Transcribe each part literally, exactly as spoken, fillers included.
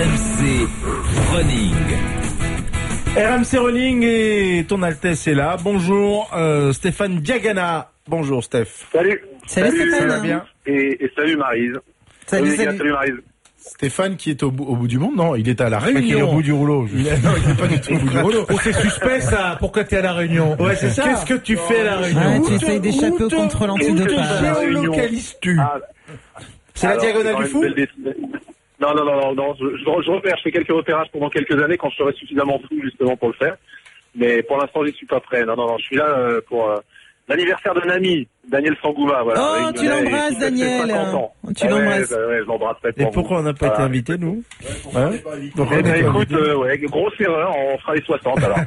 M C Running. R M C Running et ton Altesse est là. Bonjour euh, Stéphane Diagana. Bonjour Steph. Salut. Salut, salut Stéphane. Ça va bien? Et, et salut Maryse. Salut, les gars, salut. salut Maryse. Stéphane qui est au bout, au bout du monde? Non, il est à la Réunion. Il est au bout du rouleau. Il est, non, il est pas du tout au bout du rouleau. Oh, c'est suspect ça. Pourquoi t'es à la Réunion? Ouais, c'est ça. Qu'est-ce que tu fais à la Réunion? Ouais, tu Où essayes te- d'échapper où au te- contrôle où te antidopage. géolocalises-tu? Ah, C'est la alors, diagonale quand du même fou? une belle dé- Non, non, non, non, non, je, je, je repère, je fais quelques repérages pendant quelques années quand je serai suffisamment fou justement pour le faire. Mais pour l'instant, je suis pas prêt. Non, non, non, je suis là euh, pour euh, l'anniversaire d'un ami, Daniel Sangouma. Voilà, Oh, Réunionnais, tu l'embrasses, qui fête ses Daniel. cinquante ans. Tu Ah ouais, l'embrasses. ouais, ouais, je l'embrasserai Et pour pourquoi vous. on n'a pas été Voilà. invités, nous? Hein? Pourquoi Eh on n'a ben, pas écoute, invité euh, ouais, grosse erreur, on fera les soixante alors.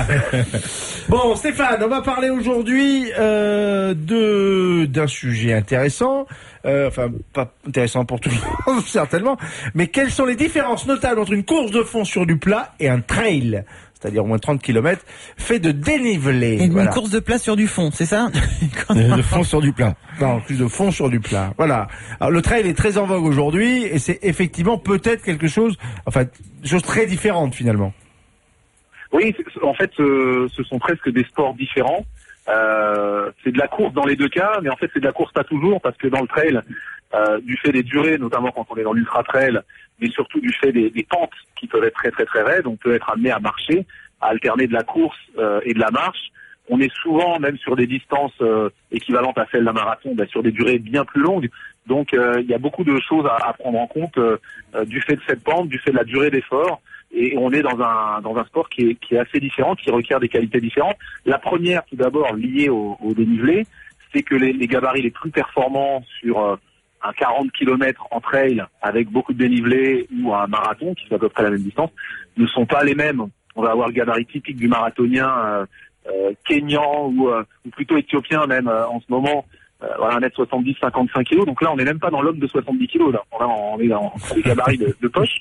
Bon, Stéphane, on va parler aujourd'hui euh, de d'un sujet intéressant, euh, enfin pas intéressant pour tout le monde certainement, mais quelles sont les différences notables entre une course de fond sur du plat et un trail, c'est-à-dire au moins trente kilomètres, fait de dénivelé. Et une Voilà. course de plat sur du fond, c'est ça? De fond sur du plat. Non, plus de fond sur du plat. Voilà. Alors le trail est très en vogue aujourd'hui et c'est effectivement peut-être quelque chose, enfin, chose très différente finalement. Oui, c'est- en fait, euh, ce sont presque des sports différents. Euh, c'est de la course dans les deux cas, mais en fait, c'est de la course pas toujours, parce que dans le trail, euh, du fait des durées, notamment quand on est dans l'ultra trail, mais surtout du fait des, des pentes qui peuvent être très très très raides, on peut être amené à marcher, à alterner de la course euh, et de la marche. On est souvent, même sur des distances euh, équivalentes à celles d'un marathon, bah, sur des durées bien plus longues. Donc, euh, il y a beaucoup de choses à, à prendre en compte euh, euh, du fait de cette pente, du fait de la durée d'effort. Et on est dans un dans un sport qui est, qui est assez différent, qui requiert des qualités différentes. La première, tout d'abord, liée au, au dénivelé, c'est que les, les gabarits les plus performants sur euh, un quarante kilomètres en trail avec beaucoup de dénivelé ou un marathon, qui fait à peu près la même distance, ne sont pas les mêmes. On va avoir le gabarit typique du marathonien euh, euh, kényan ou, euh, ou plutôt éthiopien même euh, en ce moment. Euh, voilà, un mètre soixante-dix, cinquante-cinq kilos. Donc là, on n'est même pas dans l'homme de soixante-dix kilos. Là, là on est dans des gabarits de, de poche.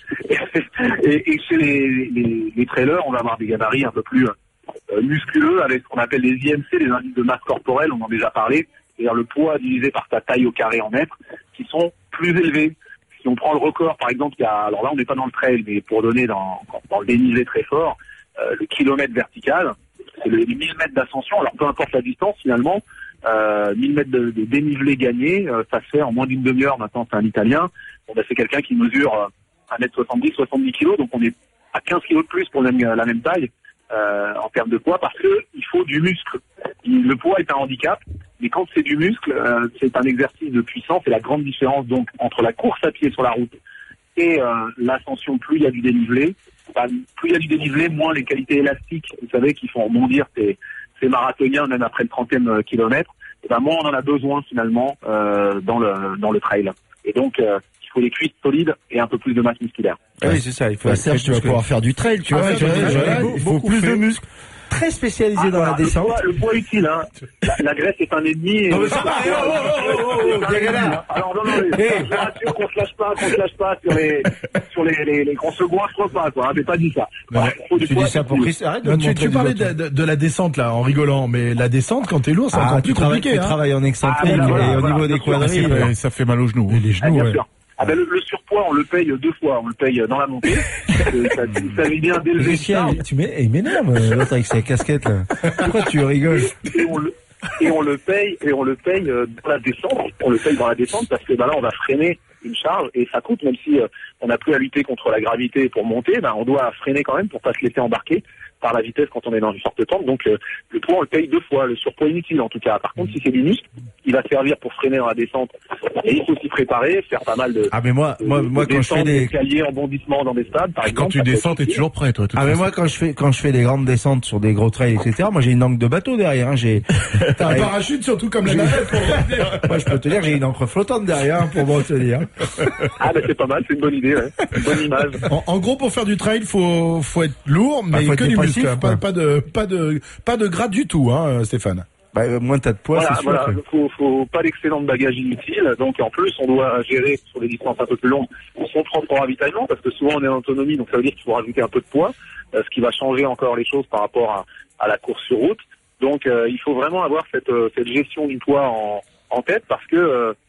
Et, et chez les, les, les trailers, on va avoir des gabarits un peu plus euh, musculeux avec ce qu'on appelle les I M C, les indices de masse corporelle, on en a déjà parlé, c'est-à-dire le poids divisé par ta taille au carré en mètres, qui sont plus élevés. Si on prend le record, par exemple, il y a, alors là on n'est pas dans le trail, mais pour donner dans, dans le dénivelé très fort, euh, le kilomètre vertical, c'est le, les mille mètres d'ascension, alors peu importe la distance finalement, euh, mille mètres de, de dénivelé gagné, euh, ça se fait en moins d'une demi-heure. Maintenant c'est un Italien, bon, ben, c'est quelqu'un qui mesure euh, un mètre soixante-dix, soixante-dix kilos, donc on est à quinze kilos de plus pour la même, la même taille euh, en termes de poids, parce que il faut du muscle. Il- le poids est un handicap, mais quand c'est du muscle, euh, c'est un exercice de puissance. C'est la grande différence donc entre la course à pied sur la route et euh, l'ascension. Plus il y a du dénivelé, bah, plus il y a du dénivelé, moins les qualités élastiques, vous savez, qui font rebondir ces, ces marathoniens même après le trentième kilomètre, et ben moins on en a besoin finalement euh, dans le dans le trail. Et donc euh, il faut des cuisses solides et un peu plus de masse musculaire. Oui, c'est ça. Il faut Bah, être Serge, tu vas pouvoir faire du trail, tu Ah, vois. ouais, tu vois, ouais, tu vois, ouais, il faut beaucoup plus fait. de muscles. très spécialisé Ah, dans voilà, la descente. Le poids, le poids utile, hein. La, la graisse est un ennemi. Et Non, mais le ça va, poids- eh, oh, oh, oh, oh, oh, Diagana. Alors non, non, mais Eh. je vous rassure qu'on se lâche pas, qu'on se lâche pas sur les sur les, les, les grands seconds, je crois pas, quoi. Hein, j'ai pas dit ça. Voilà, il faut du Tu poids, dis ça c'est pour cool. Chris. Arrête de Non, me tu, montrer tu des parlais autres. de, de, de la descente là en rigolant, mais la descente quand t'es lourd c'est Ah, encore tu plus travailles, compliqué. tu Hein. travailles en excentrique Ah, voilà, et au voilà, niveau des bien sûr. quadrilles. Ça fait, ça fait mal aux genoux. Et les Ah, genoux, bien ouais. sûr. Ah ben le, le surpoids, on le paye deux fois. On le paye dans la montée. Euh, ça, il s'agit bien d'élever une Lucien, charge. il- tu m'é- il m'énerve, euh, l'autre avec sa casquette, là. Pourquoi tu rigoles? et on le et on le paye et on le paye euh, dans la descente. On le paye dans la descente parce que bah là on va freiner une charge et ça coûte, même si euh, on n'a plus à lutter contre la gravité pour monter, bah, on doit freiner quand même pour pas se laisser embarquer par la vitesse quand on est dans une forte pente. Donc euh, le poids on le paye deux fois, le surpoids inutile en tout cas. Par contre si c'est du muscle, il va servir pour freiner dans la descente et il faut s'y préparer, faire pas mal de Ah, mais moi, moi, de- moi, de quand je fais descentes, des, escaliers, rebondissements dans des stades par Quand exemple. tu ça peut descends, être t'es utile. toujours prêt, toi. de toute ah, mais façon. moi, quand je fais, quand je fais des grandes descentes sur des gros trails, et cetera, moi, j'ai une langue de bateau derrière, hein, j'ai, T'as un Ouais. parachute surtout comme la navette pour revenir. moi, je peux te dire que j'ai une encre flottante derrière, hein, pour me retenir. Ah ben c'est pas mal, c'est une bonne idée, ouais. Une bonne image. En, en gros, pour faire du trail, faut faut être lourd, mais Bah, faut être que du dépressif, muscle, hein. quoi. pas, pas de pas de pas de gras du tout, hein, Stéphane. Bah, euh, moins t'as de poids, Voilà, c'est sûr. voilà, que- faut, faut pas d'excédent de bagages inutile. Donc en plus, on doit gérer sur des distances un peu plus longues son propre ravitaillement, parce que souvent on est en autonomie, donc ça veut dire qu'il faut rajouter un peu de poids, euh, ce qui va changer encore les choses par rapport à, à la course sur route. Donc euh, il faut vraiment avoir cette, euh, cette gestion du poids en, en tête, parce que euh,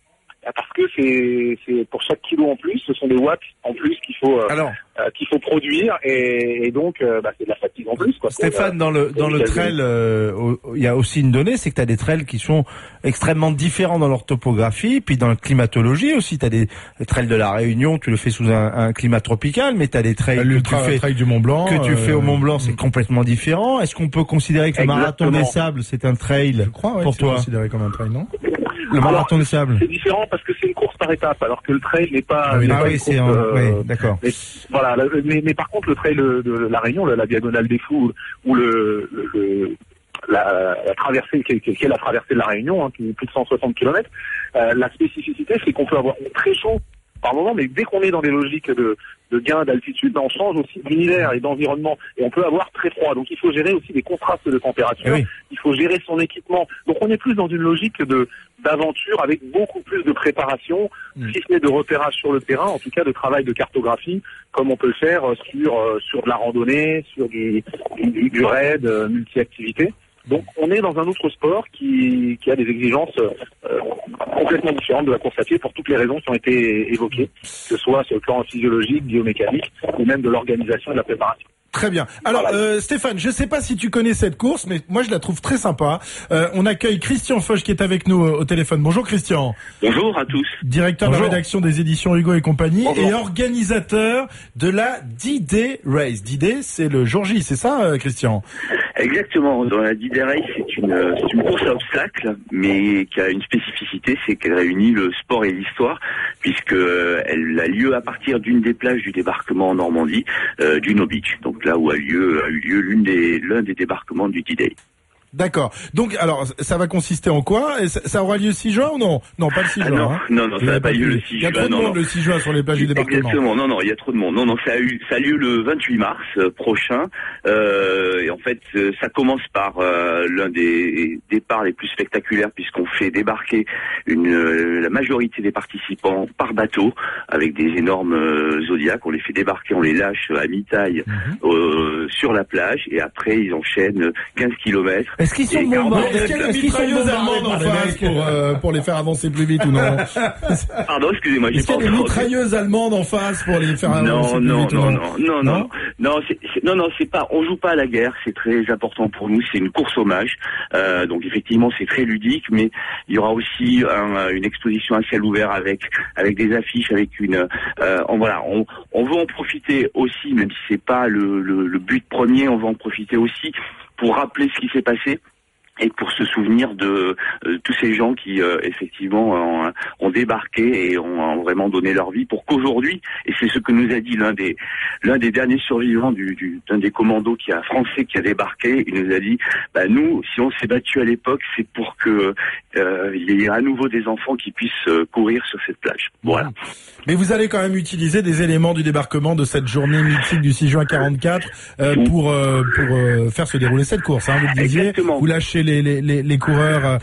parce que c'est, c'est pour chaque kilo en plus, ce sont des watts en plus qu'il faut euh, Alors, euh, qu'il faut produire et, et donc euh, bah, c'est de la fatigue en plus. Quoi. Stéphane, dans le dans le trail, euh, il y a aussi une donnée, c'est que tu as des trails qui sont extrêmement différents dans leur topographie, puis dans la climatologie aussi. Tu as des trails de la Réunion, tu le fais sous un, un climat tropical, mais tu as des trails Le que tu tra- fais trail du Mont Blanc. que tu euh, fais au Mont Blanc, c'est complètement différent. Est-ce qu'on peut considérer que le marathon Exactement. des sables, c'est un trail Je crois, ouais, pour c'est toi? considéré comme un trail, non? Le marathon Alors, des sables. C'est différent parce que c'est une course par étapes, alors que le trail n'est pas. Ah oui, n'est Ah pas oui, une c'est course, un, euh, oui, d'accord. Mais, voilà, le- mais, mais par contre le trail de, de la Réunion, la, la diagonale des Fous ou le, le, le la, la traversée qui est, qui est la traversée de la Réunion, hein, qui est plus de cent soixante kilomètres, euh, la spécificité c'est qu'on peut avoir très chaud par moment, mais dès qu'on est dans des logiques de, de gain d'altitude, ben on change aussi d'univers et d'environnement et on peut avoir très froid. Donc il faut gérer aussi des contrastes de température. Eh oui. Il faut gérer son équipement. Donc on est plus dans une logique de d'aventure avec beaucoup plus de préparation, Mm. si ce n'est de repérage sur le terrain, en tout cas de travail de cartographie, comme on peut le faire euh, sur euh, sur de la randonnée, sur du du, du raid, euh, multi-activité. Donc on est dans un autre sport qui, qui a des exigences euh, complètement différentes de la course à pied pour toutes les raisons qui ont été évoquées, que ce soit sur le plan physiologique, biomécanique ou même de l'organisation et de la préparation. Très bien. Alors, Voilà. euh, Stéphane, je sais pas si tu connais cette course, mais moi je la trouve très sympa. Euh, on accueille Christian Foch qui est avec nous euh, au téléphone. Bonjour Christian. Bonjour à tous. Directeur Bonjour. de rédaction des éditions Hugo et compagnie Bonjour. et organisateur de la D-Day Race. D-Day, c'est le jour J, c'est ça, euh, Christian? Exactement. Dans la D-Day Race, c'est une, euh, c'est une course à obstacles, mais qui a une spécificité, c'est qu'elle réunit le sport et l'histoire, puisque euh, elle a lieu à partir d'une des plages du débarquement en Normandie, euh, du No Beach. Donc là où a lieu a eu lieu l'une des l'un des débarquements du D-Day. D'accord. Donc, alors, ça va consister en quoi? Et ça, ça aura lieu le six juin ou non? Non, pas le six Ah juin. non, hein. non, non, Vous ça n'a avez pas lieu vu. le six Il y a juin. trop de Non, monde non. le six juin sur les plages du débarquement. Exactement, non, non, il y a trop de monde. Non, non, ça a eu, ça a lieu le vingt-huit mars euh, prochain. Euh, et en fait, euh, ça commence par euh, l'un des départs les plus spectaculaires puisqu'on fait débarquer une, euh, la majorité des participants par bateau avec des énormes euh, Zodiacs. On les fait débarquer, on les lâche à mi-taille Mhm. euh, sur la plage et après ils enchaînent quinze kilomètres. Est-ce qu'ils sont Et quarante- bombardés? Est-ce qu'il y a Est-ce des qu'ils sont mitrailleuses bombardés allemandes en par les face mecs pour, euh, pour les faire avancer plus vite ou non? Pardon, excusez-moi, j'ai Est-ce pas qu'il y a des entendu. mitrailleuses allemandes en face pour les faire avancer Non, plus non, vite ou non, non? non, non, non, non, c'est, c'est- non, non, c'est pas, on joue pas à la guerre, c'est très important pour nous, c'est une course hommage, euh, donc effectivement c'est très ludique, mais il y aura aussi un, une exposition à ciel ouvert avec avec des affiches, avec une, euh, on, voilà, on, on veut en profiter aussi, même si c'est pas le, le, le but premier, on veut en profiter aussi pour rappeler ce qui s'est passé. Et pour se souvenir de euh, tous ces gens qui euh, effectivement ont, ont débarqué et ont, ont vraiment donné leur vie pour qu'aujourd'hui, et c'est ce que nous a dit l'un des l'un des derniers survivants du, du d'un des commandos qui a français qui a débarqué, il nous a dit bah nous si on s'est battu à l'époque c'est pour que euh, il y ait à nouveau des enfants qui puissent euh, courir sur cette plage. Voilà. Mais vous allez quand même utiliser des éléments du débarquement de cette journée mythique du six juin quarante-quatre euh, pour euh, pour euh, faire se dérouler cette course. Hein, vous le disiez, Exactement. vous lâchez les les les, les coureurs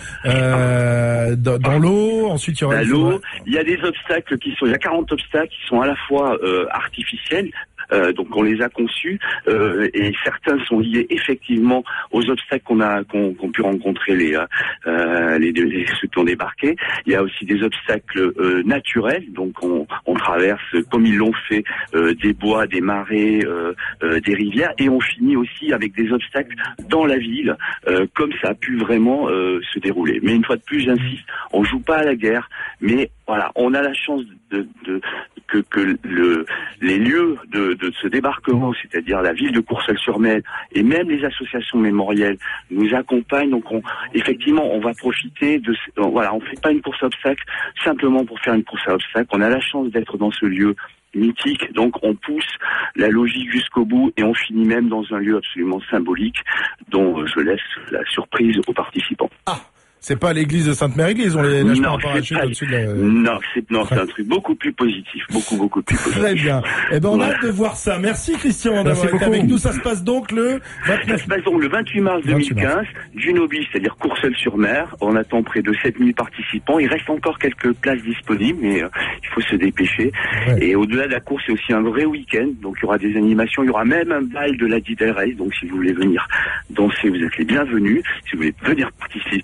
euh, dans, dans l'eau. Ensuite, il y aura À il l'eau, faudra- il y a des obstacles qui sont, il y a quarante obstacles qui sont à la fois euh, artificiels. Euh, donc on les a conçus euh, et certains sont liés effectivement aux obstacles qu'on a qu'on qu'on pu rencontrer les, euh, les, les ceux qui ont débarqué. Il y a aussi des obstacles euh, naturels, donc on, on traverse comme ils l'ont fait euh, des bois, des marais, euh, euh, des rivières et on finit aussi avec des obstacles dans la ville euh, comme ça a pu vraiment euh, se dérouler. Mais une fois de plus, j'insiste, on joue pas à la guerre, mais voilà, on a la chance de, de que, que le, les lieux de, de ce débarquement, c'est-à-dire la ville de Courseulles-sur-Mer et même les associations mémorielles nous accompagnent. Donc, on, effectivement, on va profiter de. Donc, voilà, on fait pas une course à obstacles simplement pour faire une course à obstacles. On a la chance d'être dans ce lieu mythique, donc on pousse la logique jusqu'au bout et on finit même dans un lieu absolument symbolique dont je laisse la surprise aux participants. c'est pas l'église de Sainte-Mère-Église, on les lâche pas Non, en parachute c'est pas- au-dessus de la... Non, c'est non, c'est un truc beaucoup plus positif, beaucoup beaucoup plus positif. Très bien. Eh ben, on a Ouais. hâte de voir ça. Merci Christian Merci d'avoir été beaucoup. avec nous. Ça se passe donc le Ça vingt-neuf. se passe donc le vingt-huit mars deux mille quinze, du Nobis, c'est-à-dire Courseulles-sur-Mer. On attend près de sept mille participants. Il reste encore quelques places disponibles, mais euh, il faut se dépêcher. Ouais. Et au-delà de la course, c'est aussi un vrai week-end. Donc il y aura des animations. Il y aura même un bal de la D-Day Race. Donc si vous voulez venir danser, vous êtes les bienvenus. Si vous voulez venir participer aussi.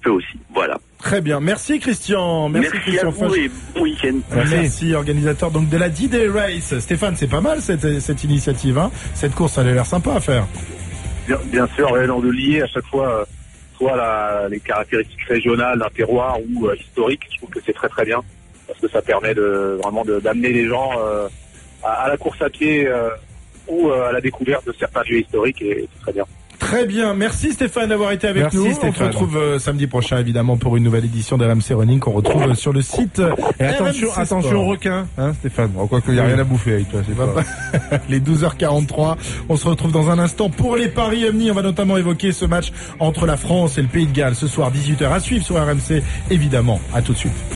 Voilà. Très bien. Merci Christian. Merci, Merci Christian à vous Foch. et bon week-end. Merci. Merci, organisateur donc de la D-Day Race. Stéphane, c'est pas mal cette, cette initiative. Hein. Cette course, ça a l'air sympa à faire. Bien, bien sûr, ouais, donc de lier à chaque fois euh, soit la, les caractéristiques régionales d'un terroir ou euh, historiques, je trouve que c'est très très bien parce que ça permet de vraiment de, d'amener les gens euh, à, à la course à pied euh, ou euh, à la découverte de certains lieux historiques et c'est très bien. Très bien, merci Stéphane d'avoir été avec Merci nous. Stéphane. On se retrouve euh, samedi prochain évidemment pour une nouvelle édition de R M C Running qu'on retrouve sur le site. Et attention, R M C attention Sport. aux requins, hein, Stéphane. Bon, quoi qu'il n'y a rien à bouffer avec toi, c'est pas. Les douze heures quarante-trois, on se retrouve dans un instant pour les paris Omni. On va notamment évoquer ce match entre la France et le Pays de Galles ce soir dix-huit heures à suivre sur R M C évidemment. À tout de suite.